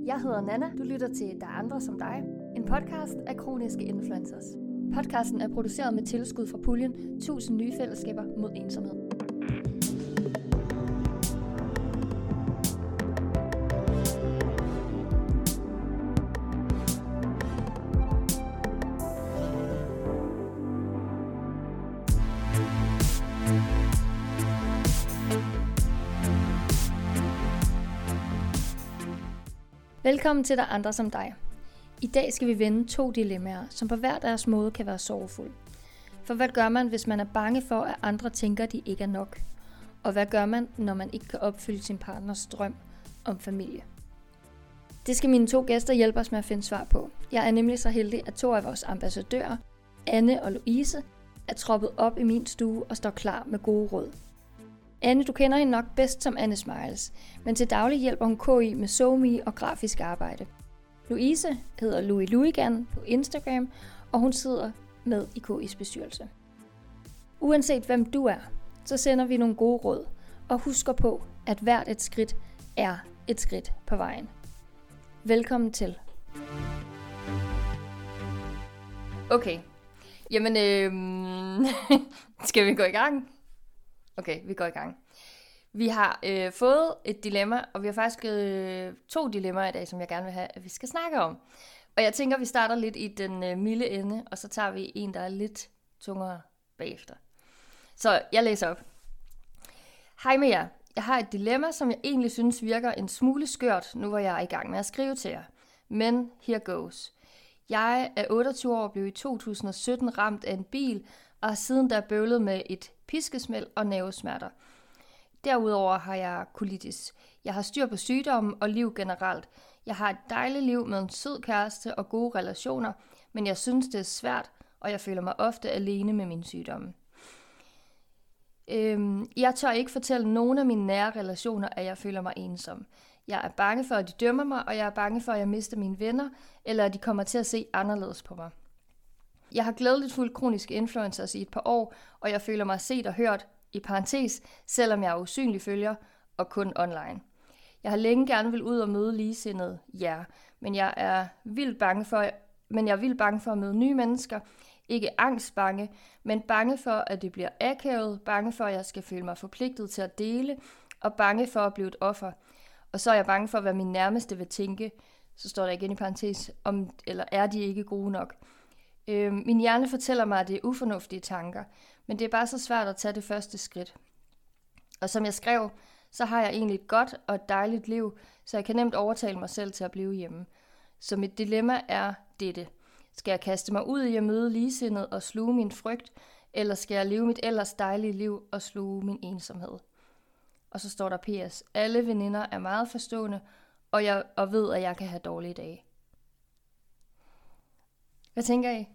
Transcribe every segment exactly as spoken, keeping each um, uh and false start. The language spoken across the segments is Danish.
Jeg hedder Nana. Du lytter til Der er andre som dig. En podcast af kroniske influencers. Podcasten er produceret med tilskud fra puljen tusind nye fællesskaber mod ensomhed. Velkommen til Der andre som dig. I dag skal vi vende to dilemmaer, som på hver deres måde kan være sorgfulde. For hvad gør man, hvis man er bange for, at andre tænker, de ikke er nok? Og hvad gør man, når man ikke kan opfylde sin partners drøm om familie? Det skal mine to gæster hjælpe os med at finde svar på. Jeg er nemlig så heldig, at to af vores ambassadører, Anne og Louise, er troppet op i min stue og står klar med gode råd. Anne, du kender hende nok bedst som Anne Smiles, men til daglig hjælper hun K I med SoMe og grafisk arbejde. Louise hedder Louie Louigan på Instagram, og hun sidder med i K I's bestyrelse. Uanset hvem du er, så sender vi nogle gode råd, og husker på, at hvert et skridt er et skridt på vejen. Velkommen til. Okay, jamen øh... skal vi gå i gang? Okay, vi går i gang. Vi har øh, fået et dilemma, og vi har faktisk øh, to dilemmaer i dag, som jeg gerne vil have, at vi skal snakke om. Og jeg tænker, vi starter lidt i den øh, milde ende, og så tager vi en, der er lidt tungere bagefter. Så jeg læser op. Hej med jer. Jeg har et dilemma, som jeg egentlig synes virker en smule skørt, nu hvor jeg er i gang med at skrive til jer. Men here goes. Jeg er otteogtyve år og blev i to tusind og sytten ramt af en bil, og har siden da bøvlet med et piskesmæld og nervesmerter. Derudover har jeg colitis. Jeg har styr på sygdommen og liv generelt. Jeg har et dejligt liv med en sød kæreste og gode relationer, men jeg synes, det er svært, og jeg føler mig ofte alene med min sygdomme. Øhm, jeg tør ikke fortælle nogen af mine nære relationer, at jeg føler mig ensom. Jeg er bange for, at de dømmer mig, og jeg er bange for, at jeg mister mine venner, eller at de kommer til at se anderledes på mig. Jeg har glædeligt fulgt kroniske influencers i et par år, og jeg føler mig set og hørt, i parentes, selvom jeg er usynlig følger, og kun online. Jeg har længe gerne vil ud og møde ligesindede jer, men jeg er vildt bange for, men jeg er vildt bange for at møde nye mennesker. Ikke angstbange, men bange for, at det bliver akavet, bange for, at jeg skal føle mig forpligtet til at dele, og bange for at blive et offer. Og så er jeg bange for, hvad min nærmeste vil tænke, så står der igen i parentes, om, eller er de ikke gode nok. Øh, min hjerne fortæller mig, at det er ufornuftige tanker, men det er bare så svært at tage det første skridt. Og som jeg skrev, så har jeg egentlig et godt og et dejligt liv, så jeg kan nemt overtale mig selv til at blive hjemme. Så mit dilemma er dette. Skal jeg kaste mig ud i at møde ligesindet og sluge min frygt, eller skal jeg leve mit ellers dejlige liv og sluge min ensomhed? Og så står der P S. Alle veninder er meget forstående, og jeg og ved, at jeg kan have dårlige dage. Hvad tænker I?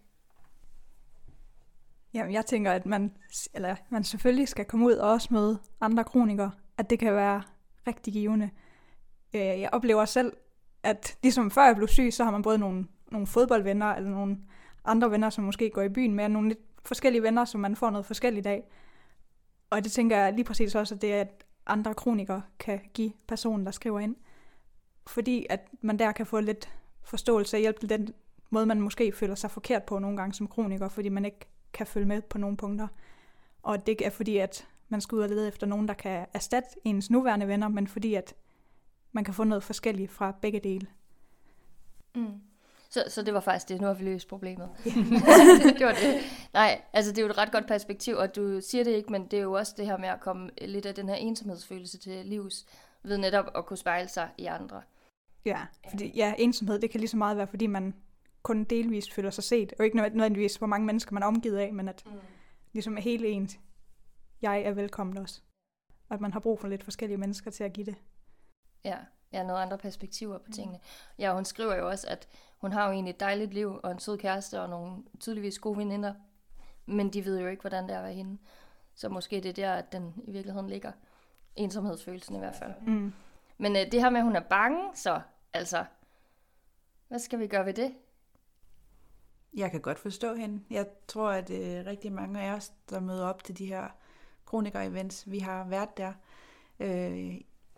Jamen, jeg tænker, at man, eller man selvfølgelig skal komme ud og også møde andre kronikere, at det kan være rigtig givende. Jeg oplever selv, at ligesom før jeg blev syg, så har man både nogle, nogle fodboldvenner, eller nogle andre venner, som måske går i byen med, nogle lidt forskellige venner, som man får noget forskelligt af. Og det tænker jeg lige præcis også, at det er, at andre kronikere kan give personen, der skriver ind. Fordi at man der kan få lidt forståelse og hjælp til den måde, man måske føler sig forkert på nogle gange som kroniker, fordi man ikke kan følge med på nogle punkter. Og det er fordi, at man skal ud og lede efter nogen, der kan erstatte ens nuværende venner, men fordi, at man kan få noget forskelligt fra begge dele. Mm. Så, så det var faktisk det, nu har vi løst problemet. det var det. Nej, altså det er jo et ret godt perspektiv, og du siger det ikke, men det er jo også det her med at komme lidt af den her ensomhedsfølelse til livs, ved netop at kunne spejle sig i andre. Ja, fordi ja, ensomhed, det kan lige så meget være, fordi man kun delvist føler sig set, og ikke nødvendigvis, hvor mange mennesker man er omgivet af, men at mm. ligesom er hele ens, jeg er velkommen også. Og at man har brug for lidt forskellige mennesker til at give det. Ja, ja, nogle andre perspektiver på tingene. Ja, hun skriver jo også, at hun har jo egentlig et dejligt liv, og en sød kæreste, og nogle tydeligvis gode veninder, men de ved jo ikke, hvordan det er at være hende. Så måske det er der, at den i virkeligheden ligger. Ensomhedsfølelsen i hvert fald. Mm. Men øh, det her med, at hun er bange, så altså, hvad skal vi gøre ved det? Jeg kan godt forstå hende. Jeg tror, at øh, rigtig mange af os, der møder op til de her kroniker-events, vi har været der. Øh,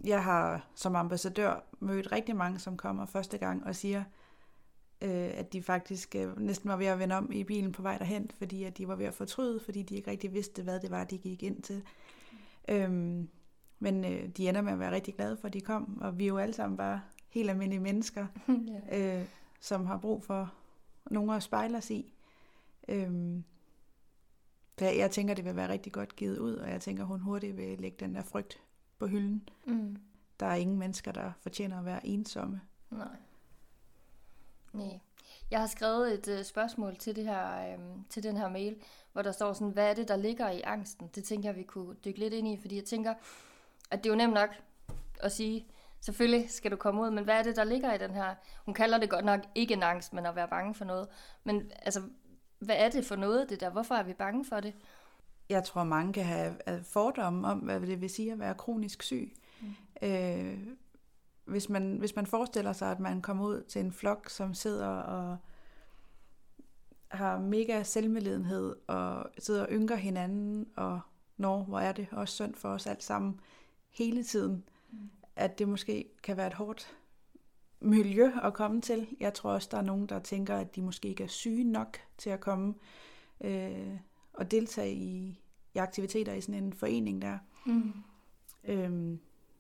jeg har som ambassadør mødt rigtig mange, som kommer første gang og siger, øh, at de faktisk øh, næsten var ved at vende om i bilen på vej derhen, fordi at de var ved at fortryde, fordi de ikke rigtig vidste, hvad det var, de gik ind til. Mm. Øhm, men øh, de ender med at være rigtig glade for, at de kom, og vi er jo alle sammen bare helt almindelige mennesker, yeah. øh, som har brug for nogen at spejle os i. Øhm, jeg, jeg tænker, det vil være rigtig godt givet ud, og jeg tænker, hun hurtigt vil lægge den der frygt på hylden. Mm. Der er ingen mennesker, der fortjener at være ensomme. Nej. Nej. Jeg har skrevet et øh, spørgsmål til, det her, øh, til den her mail, hvor der står sådan, hvad er det, der ligger i angsten? Det tænker jeg, vi kunne dykke lidt ind i, fordi jeg tænker, at det er jo nemt nok at sige, selvfølgelig skal du komme ud, men hvad er det, der ligger i den her? Hun kalder det godt nok ikke en angst, men at være bange for noget. Men altså, hvad er det for noget, det der? Hvorfor er vi bange for det? Jeg tror, mange kan have fordomme om, hvad det vil sige at være kronisk syg. Mm. Øh, hvis, man, hvis man forestiller sig, at man kommer ud til en flok, som sidder og har mega selvmedlidenhed, og sidder og ynker hinanden, og når, hvor er det også synd for os alt sammen hele tiden, mm. at det måske kan være et hårdt miljø at komme til. Jeg tror også, der er nogen, der tænker, at de måske ikke er syge nok til at komme øh, og deltage i, i aktiviteter i sådan en forening der. Mm. Øhm,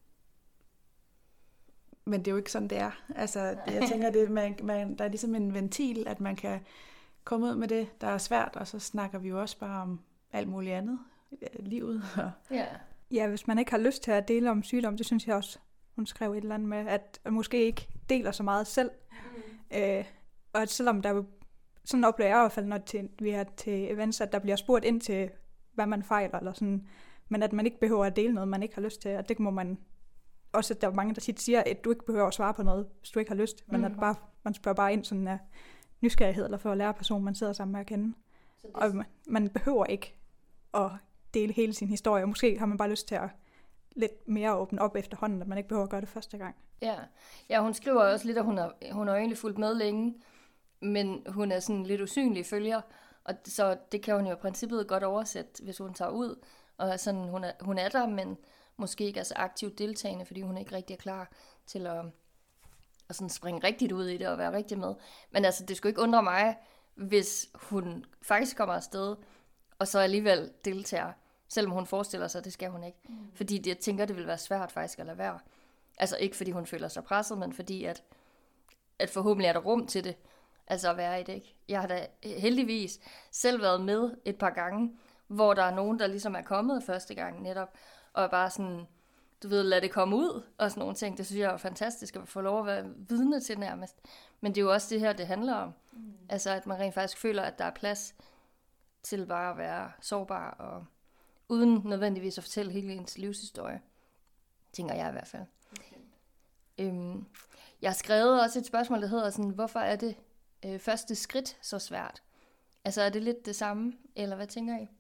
men det er jo ikke sådan, det er. Altså, jeg tænker, det, man, man, der er ligesom en ventil, at man kan komme ud med det, der er svært, og så snakker vi jo også bare om alt muligt andet. Livet. Ja. Ja, hvis man ikke har lyst til at dele om sygdom, det synes jeg også, hun skrev et eller andet med, at måske ikke deler så meget selv. Mm. Øh, og at selvom der sådan oplever jeg i hvert fald, når til, vi er til events, at der bliver spurgt ind til, hvad man fejler, eller sådan, men at man ikke behøver at dele noget, man ikke har lyst til, og det må man også, at der er mange, der tit siger, at du ikke behøver at svare på noget, hvis du ikke har lyst, men mm. at bare, man spørger bare ind sådan af nysgerrighed, eller for at lære personen, man sidder sammen med at kende. Det... Og man, man behøver ikke at dele hele sin historie. Måske har man bare lyst til at lidt mere åbne op efterhånden, at man ikke behøver at gøre det første gang. Ja, ja, hun skriver også lidt, at hun har, hun har egentlig fulgt med længe, men hun er sådan lidt usynlig følger, og så det kan hun jo i princippet godt oversætte, hvis hun tager ud, og sådan, hun, er, hun er der, men måske ikke er så aktivt deltagende, fordi hun ikke rigtig er klar til at, at sådan springe rigtigt ud i det og være rigtig med. Men altså, det skulle ikke undre mig, hvis hun faktisk kommer afsted, og så alligevel deltager, selvom hun forestiller sig, at det skal hun ikke. Mm. Fordi det, jeg tænker, det vil være svært faktisk at lade være. Altså ikke fordi hun føler sig presset, men fordi at, at forhåbentlig er der rum til det. Altså at være i det, ikke? Jeg har da heldigvis selv været med et par gange, hvor der er nogen, der ligesom er kommet første gang netop, og bare sådan, du ved, lad det komme ud, og sådan nogle ting. Det synes jeg er fantastisk, at få lov at være vidne til nærmest. Men det er jo også det her, det handler om. Mm. Altså at man rent faktisk føler, at der er plads til bare at være sårbar, og uden nødvendigvis at fortælle hele ens livshistorie. Tænker jeg i hvert fald. Okay. Øhm, jeg har skrevet også et spørgsmål, der hedder sådan, hvorfor er det øh, første skridt så svært? Altså er det lidt det samme, eller hvad tænker I?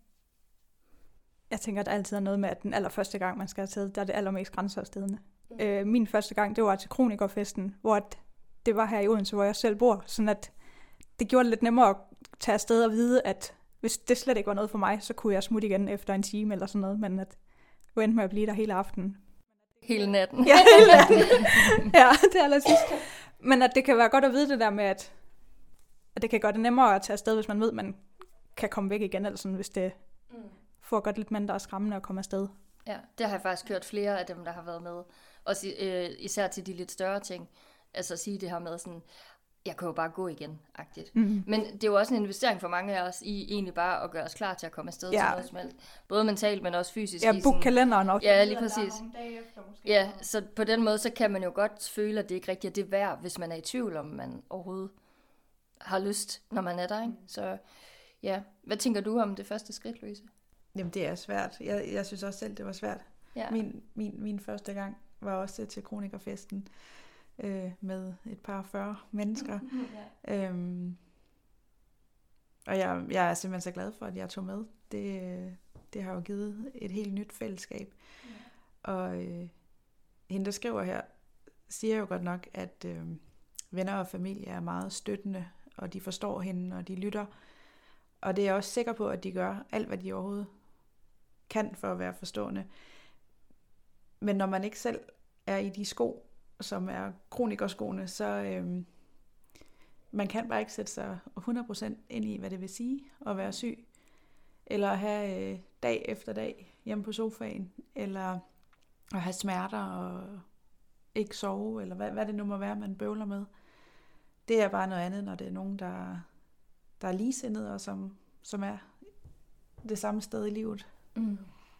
Jeg tænker, at der altid er noget med, at den allerførste gang, man skal afsted, der er det allermest grænseoverskridende. Mm. Øh, min første gang, det var til Kronikerfesten, hvor det var her i Odense, hvor jeg selv bor, sådan at det gjorde det lidt nemmere at tage afsted og vide, at hvis det slet ikke var noget for mig, så kunne jeg smutte igen efter en time eller sådan noget, men at jeg endte med at blive der hele aftenen. Hele natten. Ja, hele natten. Ja, det er allersidst. Men at det kan være godt at vide det der med, at, at det kan gøre det nemmere at tage afsted, hvis man ved, at man kan komme væk igen, eller sådan, hvis det mm. får godt lidt mindre skræmmende at komme afsted. Ja, det har jeg faktisk hørt flere af dem, der har været med. Også øh, især til de lidt større ting. Altså at sige det her med sådan, jeg kan jo bare gå igen, agtigt. Mm-hmm. Men det er jo også en investering for mange af os i egentlig bare at gøre os klar til at komme afsted ja. til noget som helst. Både mentalt, men også fysisk. Ja, book kalenderen op. Ja, lige præcis. Ja, så på den måde, så kan man jo godt føle, at det ikke rigtig er det værd, hvis man er i tvivl, om man overhovedet har lyst, når man er der, ikke? Så ja, hvad tænker du om det første skridt, Louise? Jamen, det er svært. Jeg, jeg synes også selv, det var svært. Ja. Min, min, min første gang var også til Kronikerfesten. Øh, med et par fyrre mennesker. ja. øhm, og jeg, jeg er simpelthen så glad for, at jeg tog med. Det, det har jo givet et helt nyt fællesskab. Ja. Og øh, hende, der skriver her, siger jo godt nok, at øh, venner og familie er meget støttende, og de forstår hende, og de lytter. Og det er jeg også sikker på, at de gør alt, hvad de overhovedet kan for at være forstående. Men når man ikke selv er i de sko, som er kronikerskoene, så øh, man kan bare ikke sætte sig hundrede procent ind i, hvad det vil sige at være syg. Eller at have øh, dag efter dag hjemme på sofaen, eller at have smerter og ikke sove, eller hvad, hvad det nu må være, man bøvler med. Det er bare noget andet, når det er nogen, der, der er ligesindede, og som, som er det samme sted i livet. Mm.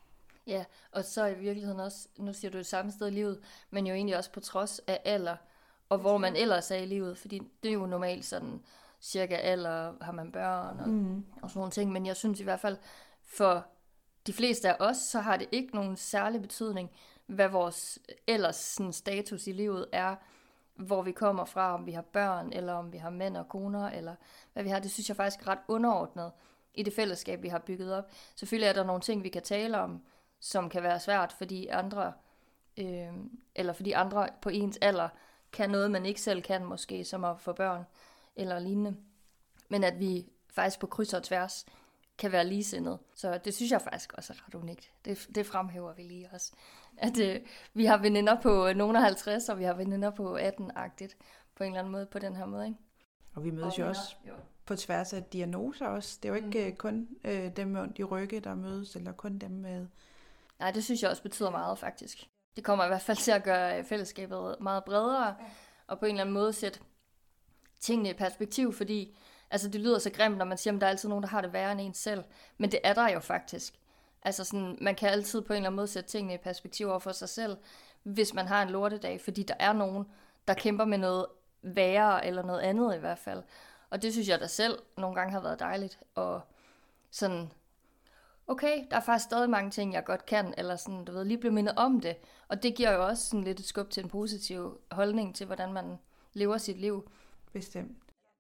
Ja, og så i virkeligheden også, nu siger du det samme sted i livet, men jo egentlig også på trods af alder, og hvor man ellers er i livet, fordi det er jo normalt sådan, cirka alder har man børn og, mm. og sådan nogle ting, men jeg synes i hvert fald, for de fleste af os, så har det ikke nogen særlig betydning, hvad vores ellers sådan, status i livet er, hvor vi kommer fra, om vi har børn, eller om vi har mænd og koner, eller hvad vi har. Det synes jeg faktisk er ret underordnet i det fællesskab, vi har bygget op. Selvfølgelig er der nogle ting, vi kan tale om, som kan være svært, fordi andre, øh, eller fordi andre på ens alder kan noget, man ikke selv kan måske, som at få børn, eller lignende. Men at vi faktisk på kryds og tværs kan være ligesindede. Så det synes jeg faktisk også er ret unikt. Det, det fremhæver vi lige også. At øh, vi har veninder på nogen af halvtreds, og vi har veninder på atten-agtigt på en eller anden måde, på den her måde, ikke? Og vi mødes og jo også jo. på tværs af diagnoser også. Det er jo ikke mm. kun øh, dem med ondt i rygge, der mødes, eller kun dem med... Nej, det synes jeg også betyder meget, faktisk. Det kommer i hvert fald til at gøre fællesskabet meget bredere, ja. Og på en eller anden måde sætte tingene i perspektiv, fordi altså, det lyder så grimt, når man siger, at der er altid nogen, der har det værre end en selv. Men det er der jo faktisk. Altså sådan, man kan altid på en eller anden måde sætte tingene i perspektiv over for sig selv, hvis man har en lortedag, fordi der er nogen, der kæmper med noget værre, eller noget andet i hvert fald. Og det synes jeg da selv nogle gange har været dejligt. Og sådan, okay, der er faktisk stadig mange ting, jeg godt kan, eller sådan, du ved, lige blive mindet om det. Og det giver jo også sådan lidt et skub til en positiv holdning til, hvordan man lever sit liv. Bestemt.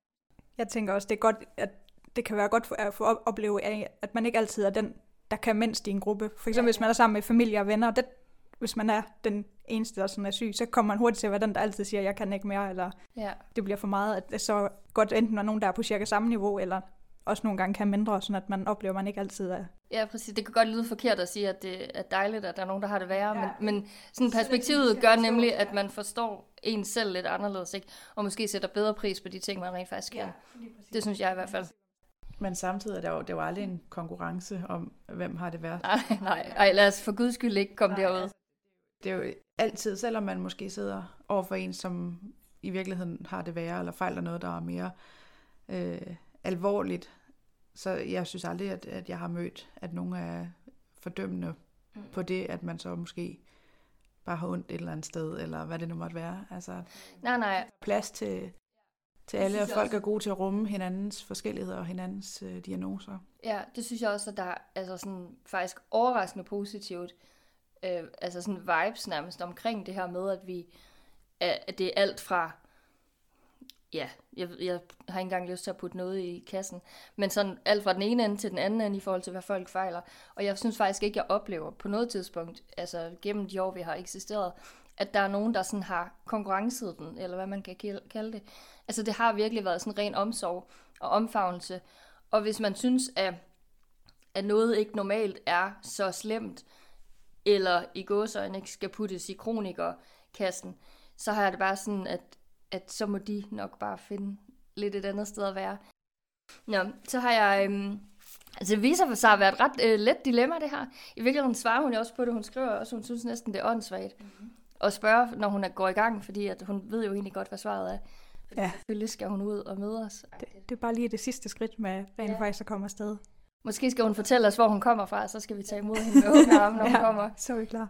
Jeg tænker også, det er godt, at det kan være godt for at få at opleve, at man ikke altid er den, der kan mindst i en gruppe. For eksempel, ja, ja. hvis man er sammen med familie og venner, det, hvis man er den eneste, der sådan er syg, så kommer man hurtigt til at være den, der altid siger, jeg kan ikke mere, eller ja. det bliver for meget. At det er så godt enten, når nogen, der er på cirka samme niveau, eller også nogle gange kan mindre, sådan at man oplever, at man ikke altid er... Ja, præcis. Det kan godt lyde forkert at sige, at det er dejligt, at der er nogen, der har det værre, ja. men, men sådan perspektivet gør nemlig, at man forstår en selv lidt anderledes, ikke? Og måske sætter bedre pris på de ting, man rent faktisk kan. Ja, det synes jeg i hvert fald. Men samtidig er der jo, det er jo aldrig en konkurrence om, hvem har det værst. Nej, nej. Ej, lad os for guds skyld ikke komme nej, derud. Altså, det er jo altid, selvom man måske sidder over for en, som i virkeligheden har det værre, eller fejler noget, der er mere øh, alvorligt. Så jeg synes aldrig, at, at jeg har mødt, at nogen er fordømmende mm. på det, at man så måske bare har ondt et eller andet sted, eller hvad det nu måtte være. Altså, nej, nej. Plads til... til alle, og folk er gode til at rumme hinandens forskelligheder og hinandens øh, diagnoser. Ja, det synes jeg også, at der er altså sådan, faktisk overraskende positivt, øh, altså sådan vibes nærmest omkring det her med, at vi, at det er alt fra, ja, jeg, jeg har ikke engang lyst til at putte noget i kassen, men sådan alt fra den ene ende til den anden ende i forhold til, hvad folk fejler. Og jeg synes faktisk ikke, jeg oplever på noget tidspunkt, altså gennem de år, vi har eksisteret, at der er nogen, der sådan har konkurrencet den, eller hvad man kan kalde det. Altså det har virkelig været sådan ren omsorg og omfavnelse. Og hvis man synes, at, at noget ikke normalt er så slemt, eller i gåseøjne ikke skal puttes i kronikerkassen, så har jeg det bare sådan, at, at så må de nok bare finde lidt et andet sted at være. Nå, så har jeg... Øhm, altså det viser for sig at være et ret øh, let dilemma, det her. I virkeligheden svarer hun jo også på det. Hun skriver også, hun synes næsten, det er åndssvagt. Mm-hmm. Og spørger, når hun er, går i gang, fordi at hun ved jo egentlig godt, hvad svaret er. Ja. Selvfølgelig skal hun ud og møde os. Det, det er bare lige det sidste skridt med rent ja. faktisk at komme afsted. Måske skal hun fortælle os, hvor hun kommer fra, så skal vi tage imod hende med åbne arme, når ja, hun kommer. Så er vi klar.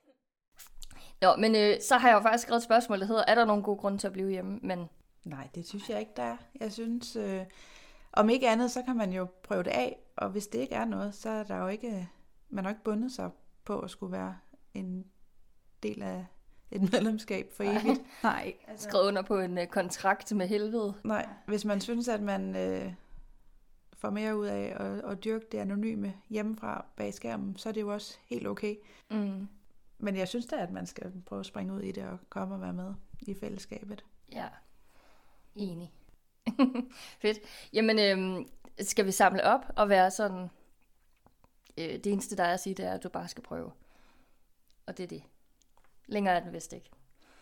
Nå, men øh, så har jeg jo faktisk skrevet et spørgsmål, der hedder, er der nogen god grund til at blive hjemme? Men... Nej, det synes jeg ikke, der er. Jeg synes, øh, om ikke andet, så kan man jo prøve det af, og hvis det ikke er noget, så er der jo ikke, man har ikke bundet sig på at skulle være en del af et medlemskab for evigt. Nej, altså, skrevet under på en uh, kontrakt med helvede. Nej, hvis man synes, at man øh, får mere ud af at, at dyrke det anonyme hjemmefra bag skærmen, så er det jo også helt okay. Mm. Men jeg synes da, at man skal prøve at springe ud i det og komme og være med i fællesskabet. Ja, enig. Fedt. Jamen, øh, skal vi samle op og være sådan, øh, det eneste, der er at sige, det er, at du bare skal prøve. Og det er det. Længere er den vist ikke.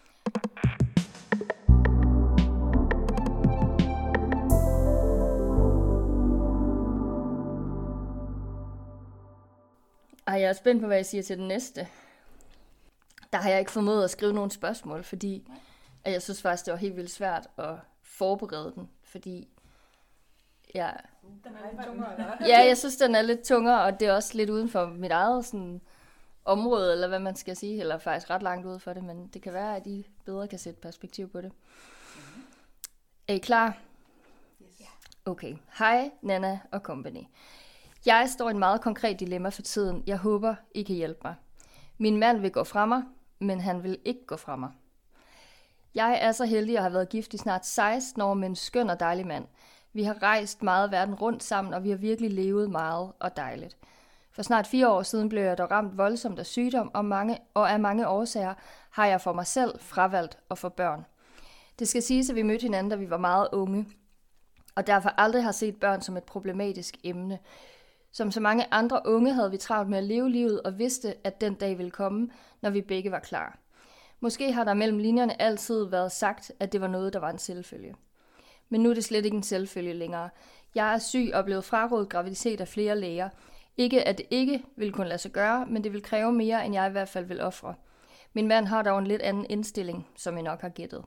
Ej, jeg er spændt på, hvad jeg siger til den næste. Der har jeg ikke formået at skrive nogle spørgsmål, fordi at jeg synes faktisk, det var helt vildt svært at forberede den, fordi ja, Den er lidt tungere, eller? ja, jeg synes, den er lidt tungere, og det er også lidt uden for mit eget sådan, område, eller hvad man skal sige, eller faktisk ret langt ude for det, men det kan være, at I bedre kan sætte perspektiv på det. Mm-hmm. Er I klar? Yes. Okay. Hej, Nana og company. Jeg står i et meget konkret dilemma for tiden. Jeg håber, I kan hjælpe mig. Min mand vil gå fra mig, men han vil ikke gå fra mig. Jeg er så heldig at have været gift i snart seksten år med en skøn og dejlig mand. Vi har rejst meget verden rundt sammen, og vi har virkelig levet meget og dejligt. For snart fire år siden blev jeg dog ramt voldsomt af sygdom, og, mange, og af mange årsager har jeg for mig selv fravalgt at få børn. Det skal siges, at vi mødte hinanden, da vi var meget unge, og derfor aldrig har set børn som et problematisk emne. Som så mange andre unge havde vi travlt med at leve livet og vidste, at den dag ville komme, når vi begge var klar. Måske har der mellem linjerne altid været sagt, at det var noget, der var en selvfølge. Men nu er det slet ikke en selvfølge længere. Jeg er syg og blevet frarådet graviditet af flere læger. Ikke at det ikke vil kunne lade sig gøre, men det vil kræve mere, end jeg i hvert fald vil ofre. Min mand har dog en lidt anden indstilling, som jeg nok har gættet.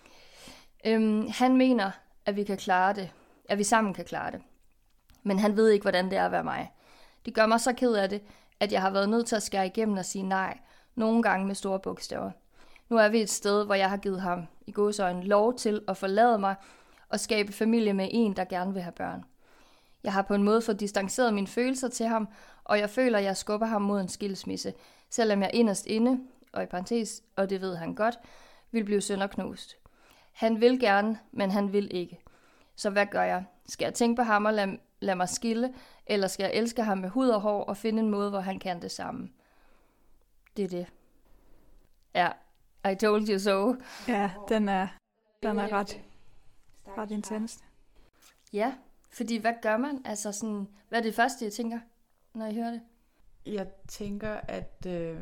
Øhm, han mener, at vi kan klare det, at vi sammen kan klare det. Men han ved ikke, hvordan det er at være mig. Det gør mig så ked af det, at jeg har været nødt til at skære igennem og sige nej, nogle gange med store bogstaver. Nu er vi et sted, hvor jeg har givet ham i gåseøjne lov til at forlade mig og skabe familie med en, der gerne vil have børn. Jeg har på en måde fået distanceret mine følelser til ham, og jeg føler, at jeg skubber ham mod en skilsmisse, selvom jeg inderst inde, og i parentes, og det ved han godt, vil blive sønderknust. Han vil gerne, men han vil ikke. Så hvad gør jeg? Skal jeg tænke på ham og lade, lade mig skille, eller skal jeg elske ham med hud og hår og finde en måde, hvor han kan det samme? Det er det. Ja, I told you so. Ja, den er, den er ret, ret intens. Ja, fordi hvad gør man? Altså sådan, hvad er det første, jeg tænker, når jeg hører det? Jeg tænker, at øh,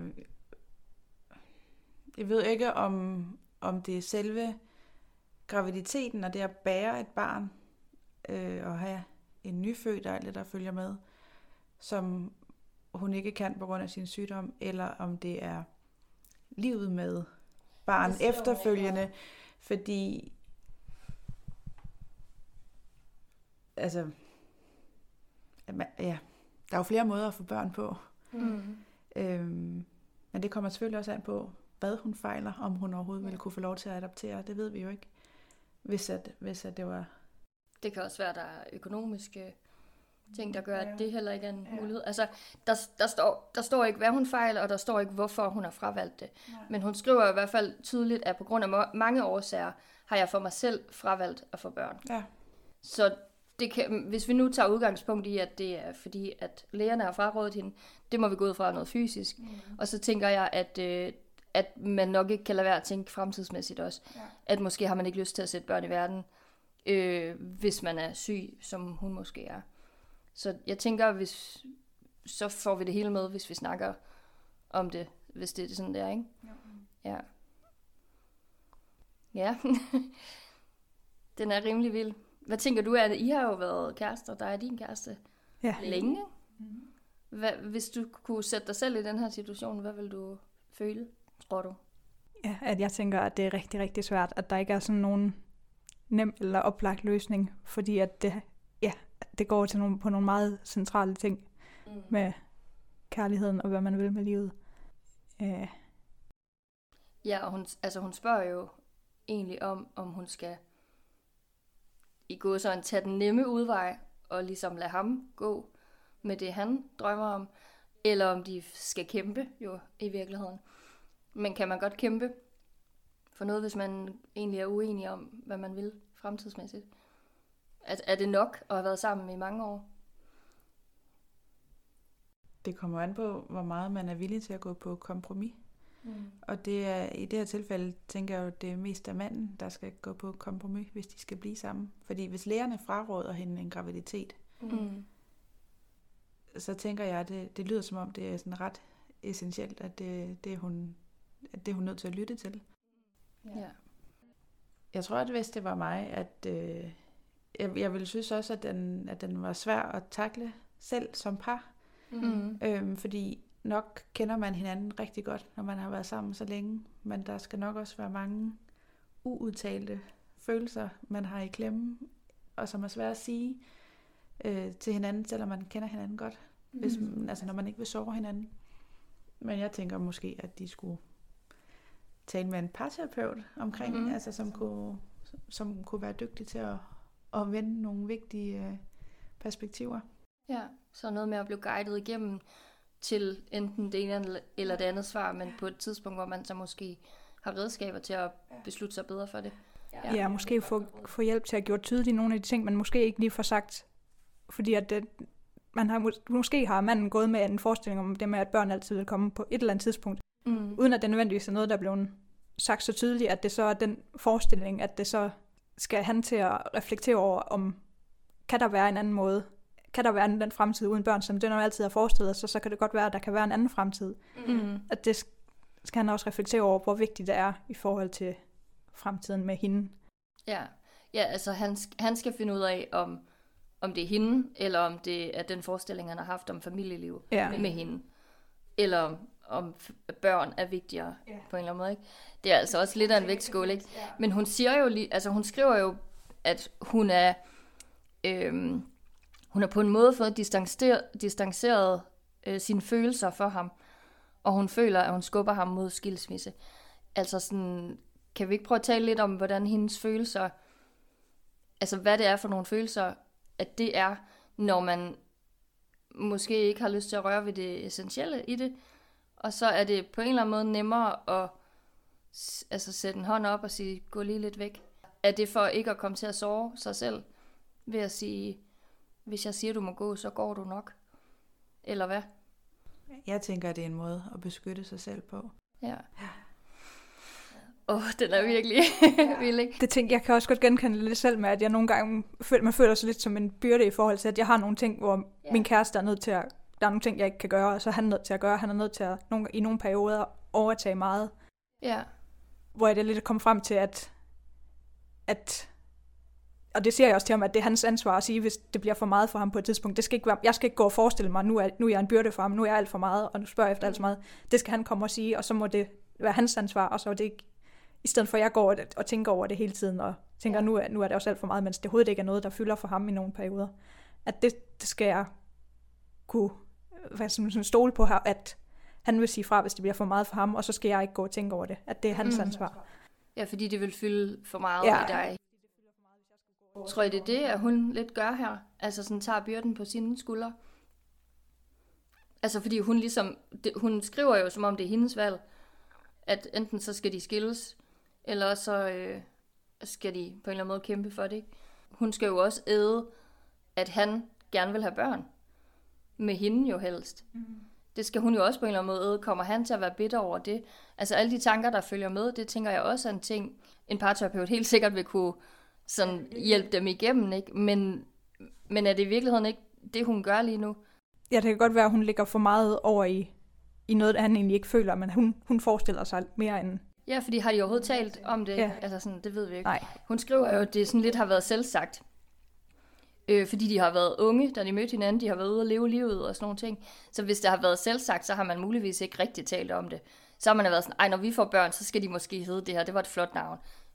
jeg ved ikke, om, om det er selve graviditeten, og det at bære et barn, øh, og have en nyfødt og alt det, der følger med, som hun ikke kan på grund af sin sygdom, eller om det er livet med barn efterfølgende, fordi altså ja, der er jo flere måder at få børn på. Mm. Øhm, men det kommer selvfølgelig også an på, hvad hun fejler, om hun overhovedet ville kunne få lov til at adoptere. Det ved vi jo ikke, hvis, at, hvis at det var... Det kan også være, at der er økonomiske ting, der gør, at det heller ikke er en mulighed. Altså, der, der, står, der står ikke, hvad hun fejler, og der står ikke, hvorfor hun har fravalgt det. Nej. Men hun skriver i hvert fald tydeligt, at på grund af mange årsager, har jeg for mig selv fravalgt at få børn. Ja. Så det kan, hvis vi nu tager udgangspunkt i, at det er fordi, at lægerne har frarådet hende, det må vi gå ud fra noget fysisk. Mm. Og så tænker jeg, at, øh, at man nok ikke kan lade være at tænke fremtidsmæssigt også. Ja. At måske har man ikke lyst til at sætte børn i verden, øh, hvis man er syg, som hun måske er. Så jeg tænker, hvis, så får vi det hele med, hvis vi snakker om det, hvis det er sådan der, ikke? Ja. Ja. Den er rimelig vild. Hvad tænker du, Anne? I har jo været kærester, der er din kæreste ja. længe. Mm-hmm. Hvad, hvis du kunne sætte dig selv i den her situation, hvad vil du føle, tror du? Ja, at jeg tænker, at det er rigtig, rigtig svært, at der ikke er sådan nogen nem eller oplagt løsning, fordi at det, ja, det går til nogle, på nogle meget centrale ting mm. med kærligheden og hvad man vil med livet. Uh. Ja, og hun, altså hun spørger jo egentlig om, om hun skal i gå sådan tage den nemme udvej og ligesom lade ham gå med det, han drømmer om, eller om de skal kæmpe jo i virkeligheden. Men kan man godt kæmpe for noget, hvis man egentlig er uenig om, hvad man vil fremtidsmæssigt? Er, er det nok at have været sammen i mange år? Det kommer an på, hvor meget man er villig til at gå på kompromis. Mm. Og det er, i det her tilfælde tænker jeg jo, det er mest af manden, der skal gå på kompromis, hvis de skal blive sammen. Fordi hvis lægerne fraråder hende en graviditet, mm. så tænker jeg, at det, det lyder som om, det er sådan ret essentielt, at det, det hun at det er hun nødt til at lytte til. Ja. Jeg tror, at hvis det var mig, at øh, jeg, jeg ville synes også, at den, at den var svær at takle selv som par. Mm. Øhm, fordi nok kender man hinanden rigtig godt, når man har været sammen så længe. Men der skal nok også være mange uudtalte følelser, man har i klemme, og som er svære at sige øh, til hinanden, selvom man kender hinanden godt. Hvis, Mm. altså når man ikke vil såre hinanden. Men jeg tænker måske, at de skulle tale med en parterapeut omkring, Mm. altså som kunne, som kunne være dygtig til at, at vende nogle vigtige øh, perspektiver. Ja, så noget med at blive guidet igennem til enten det ene eller det andet svar, men på et tidspunkt, hvor man så måske har redskaber til at beslutte sig bedre for det. Ja, ja måske få, få hjælp til at gøre tydeligt nogle af de ting, man måske ikke lige får sagt. Fordi at det, man har, mås- måske har manden gået med en forestilling om det med, at børn altid vil komme på et eller andet tidspunkt. Mm. Uden at det nødvendigvis er noget, der er blevet sagt så tydeligt, at det så er den forestilling, at det så skal han til at reflektere over, om kan der være en anden måde, kan der være en den fremtid uden børn, som det når altid har forestillet sig, så, så kan det godt være, at der kan være en anden fremtid. Mm. At det skal han også reflektere over, hvor vigtigt det er i forhold til fremtiden med hende. Ja, ja altså han, han skal finde ud af, om, om det er hende, eller om det er den forestilling, han har haft om familieliv Ja. med hende. Eller om, om børn er vigtigere Ja. på en eller anden måde. Ikke? Det er altså også lidt af en vægtskål, ikke? Men hun siger jo lige, altså hun skriver jo, at hun er, øhm, hun har på en måde fået distanceret, distanceret øh, sine følelser for ham, og hun føler, at hun skubber ham mod skilsmisse. Altså sådan, kan vi ikke prøve at tale lidt om, hvordan hendes følelser, altså hvad det er for nogle følelser, at det er, når man måske ikke har lyst til at røre ved det essentielle i det, og så er det på en eller anden måde nemmere at altså, sætte en hånd op og sige, gå lige lidt væk. Er det for ikke at komme til at såre sig selv, ved at sige, hvis jeg siger, du må gå, så går du nok? Eller hvad? Jeg tænker, at det er en måde at beskytte sig selv på. Ja. Åh, oh, den er virkelig vild, ikke? Det tænker jeg kan også godt genkende lidt selv med, at jeg nogle gange føler, man føler sig lidt som en byrde i forhold til, at jeg har nogle ting, hvor Ja. min kæreste er nødt til at, der er nogle ting, jeg ikke kan gøre, og så er han nødt til at gøre, han er nødt til at nogle, i nogle perioder overtage meget, Ja. hvor jeg det lidt kom frem til, at, at og det siger jeg også til ham, at det er hans ansvar at sige, hvis det bliver for meget for ham på et tidspunkt. Det skal ikke være, jeg skal ikke gå og forestille mig, nu er, nu er jeg en byrde for ham, nu er jeg alt for meget, og nu spørger jeg efter alt for meget. Det skal han komme og sige, og så må det være hans ansvar, og så er det ikke, i stedet for at jeg går og tænker over det hele tiden, og tænker, ja. nu, er, nu er det også alt for meget, mens det overhovedet ikke er noget, der fylder for ham i nogle perioder. At det, det skal jeg kunne hvad, sådan, stole på her, at han vil sige fra, hvis det bliver for meget for ham, og så skal jeg ikke gå og tænke over det. At det er hans Mm. ansvar. Ja, fordi det vil fylde for meget Ja. i dig. Tror I, det er det, at hun lidt gør her? Altså sådan tager byrden på sine skuldre? Altså fordi hun ligesom, det, hun skriver jo som om det er hendes valg, at enten så skal de skilles, eller også så øh, skal de på en eller anden måde kæmpe for det, ikke? Hun skal jo også æde, at han gerne vil have børn. Med hende jo helst. Mm. Det skal hun jo også på en eller anden måde æde. Kommer han til at være bitter over det? Altså alle de tanker, der følger med, det tænker jeg også er en ting, en parterapeut helt sikkert vil kunne sådan hjælpe dem igennem, ikke? Men, men er det i virkeligheden ikke det, hun gør lige nu? Ja, det kan godt være, at hun ligger for meget over i, i noget, han egentlig ikke føler, men hun, hun forestiller sig mere end... Ja, fordi har de overhovedet talt om det? Ja. Altså sådan, det ved vi ikke. Nej. Hun skriver jo, at det sådan lidt har været selvsagt. Øh, fordi de har været unge, da de mødte hinanden, de har været ude og leve livet og sådan nogle ting. Så hvis det har været selvsagt, så har man muligvis ikke rigtig talt om det. Så har man været sådan, ej, når vi får børn, så skal de måske hedde det her, det var et flot navn.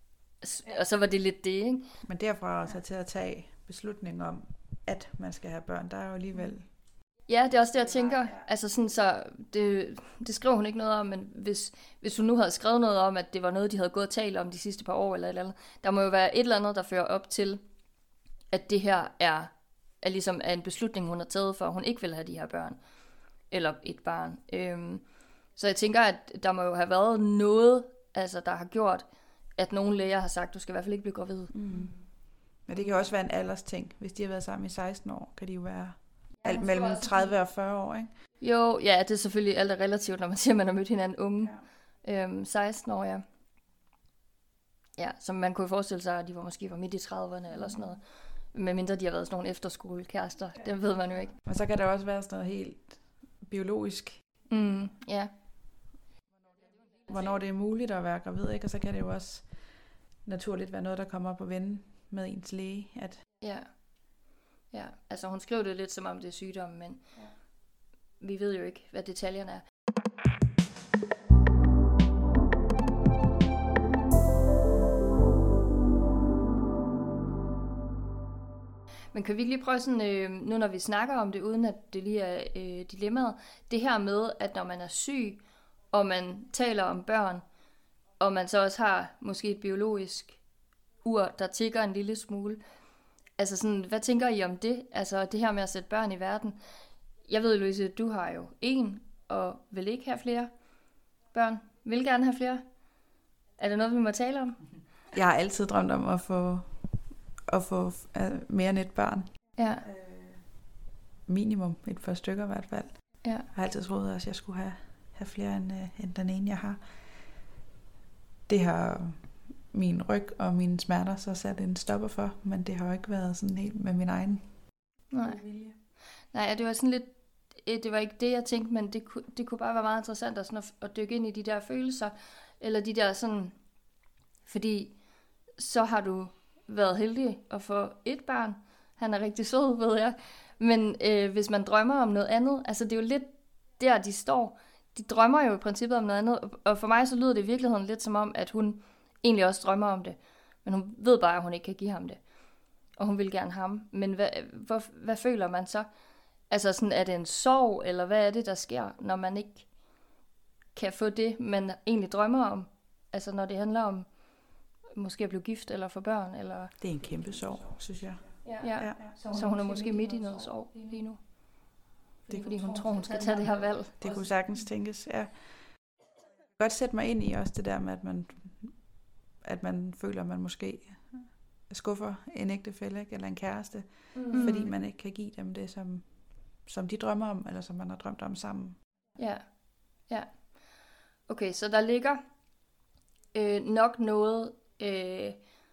Og så var det lidt det, ikke? Men derfra også til at tage beslutning om, at man skal have børn, der er jo alligevel... Ja, det er også det, jeg tænker. Altså sådan, så det, det skriver hun ikke noget om, men hvis, hvis hun nu havde skrevet noget om, at det var noget, de havde gået og talt om de sidste par år, eller et eller andet, der må jo være et eller andet, der fører op til, at det her er, er ligesom er en beslutning, hun har taget for, at hun ikke vil have de her børn, eller et barn. Øhm, så jeg tænker, at der må jo have været noget, altså, der har gjort, at nogle læger har sagt, du skal i hvert fald ikke blive gravid. Mm. Men det kan også være en aldersting. Hvis de har været sammen i seksten år, kan de jo være alt mellem tredive og fyrre år, ikke? Jo, ja, det er selvfølgelig alt er relativt, når man siger, at man har mødt hinanden unge. Ja. Øhm, seksten år, ja. Ja, så man kunne forestille sig, at de var måske var midt i trediverne eller sådan noget. Medmindre de har været sådan nogle efterskolekærester. Ja. Det ved man jo ikke. Og så kan der også være sådan noget helt biologisk. Mm, ja. hvornår det er muligt at være gravid, ikke? Og så kan det jo også naturligt være noget, der kommer op og vende med ens læge. At... Ja. Ja, altså hun skrev det lidt som om det er sygdom, men ja. Vi ved jo ikke, hvad detaljerne er. Men kan vi ikke lige prøve sådan, øh, nu når vi snakker om det, uden at det lige er øh, dilemmaet, det her med, at når man er syg, og man taler om børn, og man så også har måske et biologisk ur, der tikker en lille smule. Altså sådan, hvad tænker I om det? Altså det her med at sætte børn i verden. Jeg ved, Louise, du har jo en, og vil ikke have flere børn. Vil gerne have flere. Er det noget, vi må tale om? Jeg har altid drømt om at få, at få uh, mere end et barn. Ja. Uh, minimum et par stykker i hvert fald. Ja. Jeg har altid troet, at jeg skulle have, have flere end, uh, end den ene, jeg har. Det har min ryg og mine smerter så sat en stopper for, men det har jo ikke været sådan helt med min egen Nej. vilje. Nej, det var sådan lidt, det var ikke det, jeg tænkte, men det, det kunne bare være meget interessant at, sådan at, at dykke ind i de der følelser, eller de der sådan, fordi så har du været heldig at få et barn. Han er rigtig sød, ved jeg. Men øh, hvis man drømmer om noget andet, altså det er jo lidt der, de står. De drømmer jo i princippet om noget andet, og for mig så lyder det i virkeligheden lidt som om, at hun egentlig også drømmer om det. Men hun ved bare, at hun ikke kan give ham det. Og hun vil gerne ham. Men hvad, hvor, hvad føler man så? Altså sådan, er det en sorg, eller hvad er det, der sker, når man ikke kan få det, man egentlig drømmer om? Altså når det handler om måske at blive gift, eller få børn, eller... Det er en kæmpe sorg, synes jeg. Ja, ja. Så, hun så hun er måske midt i noget sorg lige nu. Det er fordi hun tror, hun skal tage det her valg. Det kunne sagtens tænkes, ja. Jeg kan godt sætte mig ind i også det der med, at man, at man føler, at man måske skuffer en ægtefælle eller en kæreste, mm. fordi man ikke kan give dem det, som, som de drømmer om, eller som man har drømt om sammen. Ja, ja. Okay, så der ligger øh, nok noget, øh,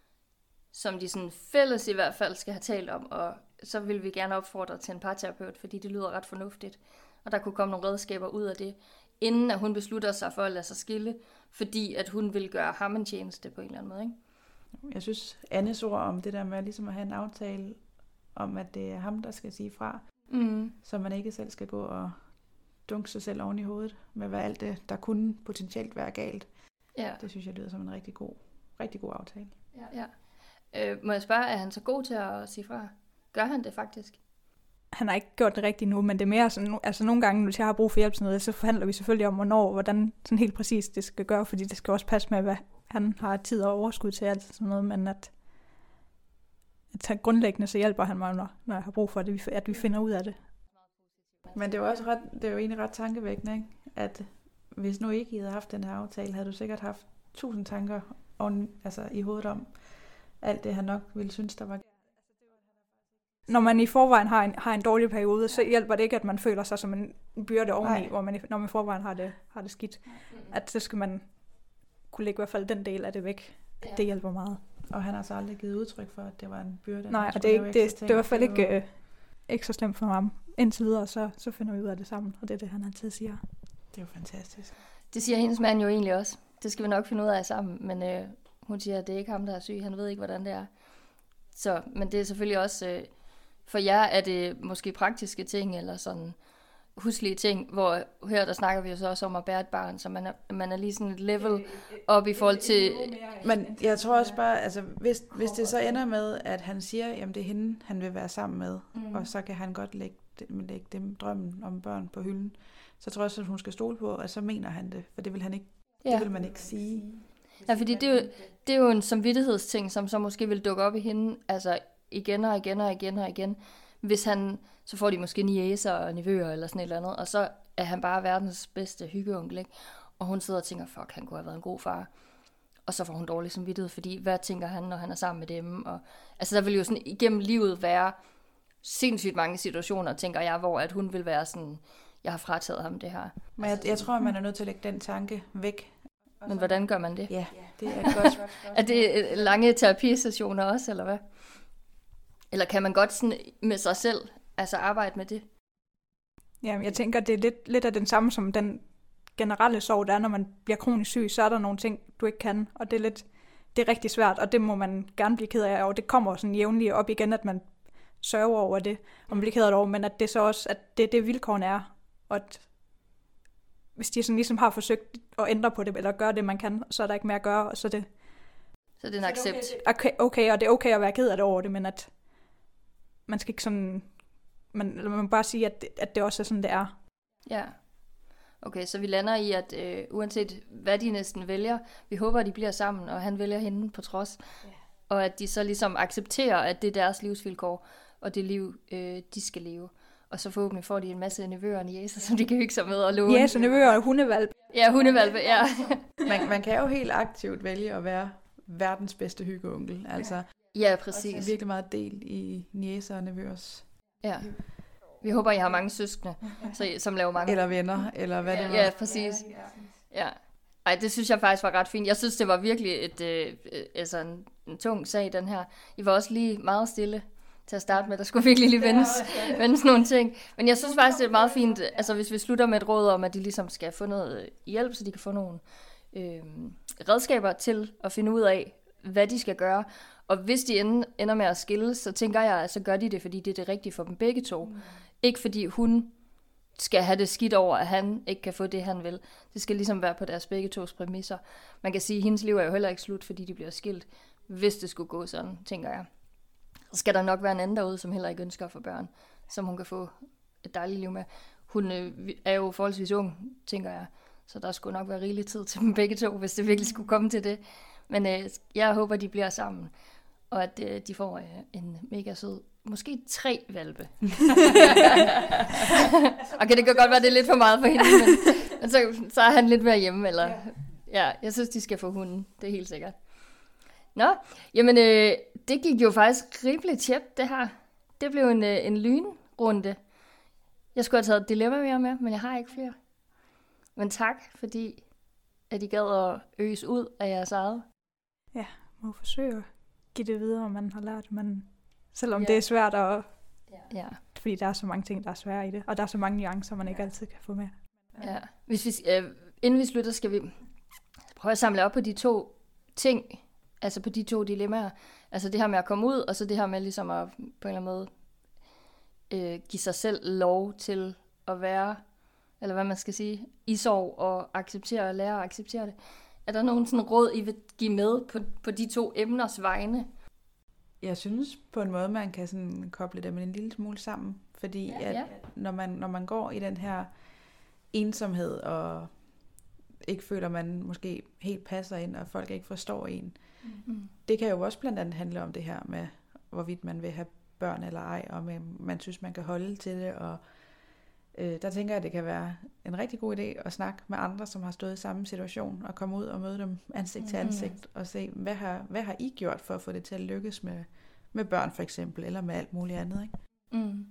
som de sådan fælles i hvert fald skal have talt om, og så vil vi gerne opfordre til en parterapeut, fordi det lyder ret fornuftigt, og der kunne komme nogle redskaber ud af det, inden at hun beslutter sig for at lade sig skille, fordi at hun vil gøre ham en tjeneste på en eller anden måde, ikke? Jeg synes, Annes ord om det der med ligesom at have en aftale om, at det er ham, der skal sige fra, mm. så man ikke selv skal gå og dunke sig selv oven i hovedet med, hvad alt det, der kunne potentielt være galt. Ja. Det synes jeg lyder som en rigtig god, rigtig god aftale. Ja. Ja. Øh, må jeg spørge, er han så god til at sige fra? Gør han det faktisk? Han har ikke gjort det rigtigt nu, men det er mere sådan, altså nogle gange, hvis jeg har brug for hjælp sådan noget, så forhandler vi selvfølgelig om, hvornår, hvordan sådan helt præcis det skal gøre, fordi det skal også passe med, hvad han har tid og overskud til alt sådan noget, men at, at grundlæggende så hjælper han mig, når, når jeg har brug for det, at vi finder ud af det. Men det er jo også ret, det er jo egentlig ret tankevækkende, ikke? At hvis nu ikke I havde haft den her aftale, havde du sikkert haft tusind tanker oven, altså i hovedet om alt det, han nok ville synes, der var. Når man i forvejen har en, har en dårlig periode, så hjælper det ikke, at man føler sig som en byrde oveni, hvor man, når man i forvejen har det, har det skidt. At så skal man kunne lægge i hvert fald den del af det væk. Ja. Det hjælper meget. Og han har så aldrig givet udtryk for, at det var en byrde. Nej, og det er, ikke, det, det er i hvert fald ikke, øh, ikke så slemt for ham. Indtil videre, så, så finder vi ud af det sammen, og det er det, han altid siger. Det er jo fantastisk. Det siger hendes mand jo egentlig også. Det skal vi nok finde ud af sammen, men øh, hun siger, at det er ikke ham, der er syg. Han ved ikke, hvordan det er. Så, men det er selvfølgelig også... Øh, for jer er det måske praktiske ting, eller sådan huslige ting, hvor her der snakker vi jo så også om at bære et barn, så man er, man er lige sådan et level op i forhold til... Men jeg tror også bare, altså hvis, hvis det så ender med, at han siger, jamen det er hende, han vil være sammen med, mm. og så kan han godt lægge, lægge dem drømmen om børn på hylden, så tror jeg også, at hun skal stole på, at så mener han det, for det vil han ikke, ja. Det vil man ikke sige. Ja, fordi det er, jo, det er jo en samvittighedsting, som så måske vil dukke op i hende, altså igen og igen og igen og igen. Hvis han, så får de måske niæser og nevøer eller sådan et eller andet, og så er han bare verdens bedste hyggeonkel, ikke? Og hun sidder og tænker, fuck, han kunne have været en god far. Og så får hun dårlig samvittighed, fordi hvad tænker han, når han er sammen med dem? Og, altså der vil jo sådan igennem livet være sindssygt mange situationer, tænker jeg, hvor at hun vil være sådan, jeg har frataget ham det her. Men jeg, jeg tror, man er nødt til at lægge den tanke væk. Men hvordan gør man det? Ja, det er et godt spørgsmål. Er det lange terapisessioner også, eller hvad? Eller kan man godt sådan med sig selv altså arbejde med det? Jamen, jeg tænker, det er lidt, lidt af den samme som den generelle sorg, der er, når man bliver kronisk syg, så er der nogle ting, du ikke kan, og det er lidt, det er rigtig svært, og det må man gerne blive ked af, og det kommer sådan jævnligt op igen, at man sørger over det, og man bliver ked af det over, men at det så også, at det er det vilkårene er, og at hvis de sådan ligesom har forsøgt at ændre på det, eller gøre det, man kan, så er der ikke mere at gøre, og så er det... Så det er en accept. Okay, okay, og det er okay at være ked af det over det, men at man skal ikke sådan... Man, eller man må bare sige, at det, at det også er sådan, det er. Ja. Okay, så vi lander i, at øh, uanset hvad de næsten vælger, vi håber, at de bliver sammen, og han vælger hende på trods. Yeah. Og at de så ligesom accepterer, at det er deres livsvilkår, og det liv, øh, de skal leve. Og så forhåbentlig får de en masse nevøer og niecer, som de kan hygge sig med og låne. Ja, så nevøer og hundevalpe. Ja, hundevalpe, ja. man, man kan jo helt aktivt vælge at være verdens bedste hyggeonkel. Altså, ja, præcis. Altså virkelig meget del i niecer og nevøers. Ja. Vi håber, I har mange søskende, så, som laver mange. Eller venner, eller hvad det er. Ja, præcis. Ja. Ej, det synes jeg faktisk var ret fint. Jeg synes, det var virkelig et, øh, altså en, en tung sag, den her. I var også lige meget stille til at starte med. Der skulle virkelig lige vendes, vendes nogle ting. Men jeg synes faktisk, det er meget fint, altså hvis vi slutter med et råd om, at de ligesom skal få noget hjælp, så de kan få nogle øh, redskaber til at finde ud af, hvad de skal gøre. Og hvis de ender med at skilles, så tænker jeg, at så gør de det, fordi det er det rigtige for dem begge to. Mm. Ikke fordi hun skal have det skidt over, at han ikke kan få det, han vil. Det skal ligesom være på deres begge tos præmisser. Man kan sige, at hendes liv er jo heller ikke slut, fordi de bliver skilt. Hvis det skulle gå sådan, tænker jeg. Så skal der nok være en anden derude, som heller ikke ønsker at få børn, som hun kan få et dejligt liv med. Hun øh, er jo forholdsvis ung, tænker jeg. Så der skulle nok være rigelig tid til dem begge to, hvis det virkelig skulle komme til det. Men øh, jeg håber, de bliver sammen, og at øh, de får øh, en mega sød, måske tre valpe. Okay, det kan godt være, det er lidt for meget for hende, men, men så, så er han lidt mere hjemme. Eller, ja, jeg synes, de skal få hunden, det er helt sikkert. Nå, jamen øh, det gik jo faktisk rimelig tjept, det her. Det blev en, øh, en lynrunde. Jeg skulle have taget et dilemma mere med, men jeg har ikke flere. Men tak, fordi at I gad at øges ud af jeres eget. Ja, må forsøge at give det videre, om man har lært, men selvom ja. Det er svært, at, ja. Fordi der er så mange ting, der er svære i det, og der er så mange nuancer, man ikke ja. altid kan få med. Ja. Hvis vi, øh, inden vi slutter, skal vi prøve at samle op på de to ting, altså på de to dilemmaer. Altså det her med at komme ud, og så det her med ligesom at på en eller anden måde øh, give sig selv lov til at være, eller hvad man skal sige, i sorg og acceptere og lære at acceptere det. Er der nogen sådan råd, I vil give med på, på de to emners vegne? Jeg synes på en måde, man kan sådan koble dem en lille smule sammen. Fordi ja, at ja. Når, man, når man går i den her ensomhed, og ikke føler, man måske helt passer ind, og folk ikke forstår en. Mm-hmm. Det kan jo også blandt andet handle om det her med, hvorvidt man vil have børn eller ej, og med, man synes, man kan holde til det, og Øh, der tænker jeg, at det kan være en rigtig god idé at snakke med andre, som har stået i samme situation, og komme ud og møde dem ansigt til ansigt, og se, hvad har, hvad har I gjort for at få det til at lykkes med, med børn for eksempel, eller med alt muligt andet, ikke? Mm.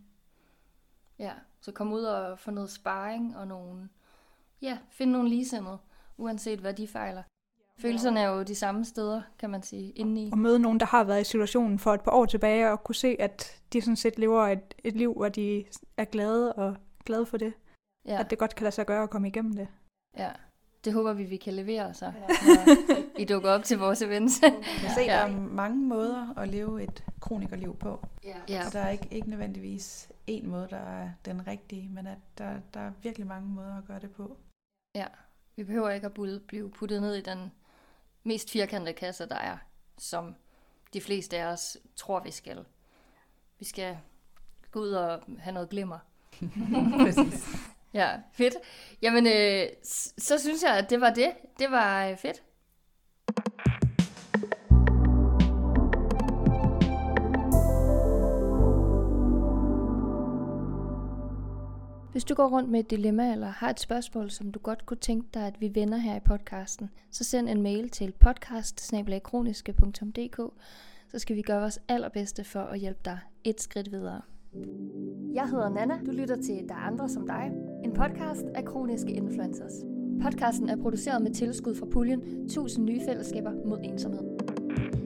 Ja, så kom ud og få noget sparring, og nogle, ja, finde nogle ligesindede, uanset hvad de fejler. Følelserne er jo de samme steder, kan man sige, indeni. Og møde nogen, der har været i situationen for et par år tilbage, og kunne se, at de sådan set lever et, et liv, hvor de er glade og glade for det. Ja. At det godt kan lade sig gøre at komme igennem det. Ja, det håber vi, vi kan levere så, når I dukker op til vores events. Jeg kan se, der er mange måder at leve et kronikerliv på. Ja. Og der er ikke, ikke nødvendigvis én måde, der er den rigtige, men at der, der er virkelig mange måder at gøre det på. Ja, vi behøver ikke at blive puttet ned i den mest firkantede kasse, der er, som de fleste af os tror, vi skal. Vi skal gå ud og have noget glimmer. Præcis. Ja, fedt. Jamen, øh, så synes jeg, at det var det. Det var øh, fedt. Hvis du går rundt med et dilemma eller har et spørgsmål, som du godt kunne tænke dig, at vi vender her i podcasten, så send en mail til podcast bindestreg kroniske punktum d k, så skal vi gøre vores allerbedste for at hjælpe dig et skridt videre. Jeg hedder Nana. Du lytter til Der er andre som dig. En podcast af Kroniske Influencers. Podcasten er produceret med tilskud fra puljen tusind nye fællesskaber mod ensomhed.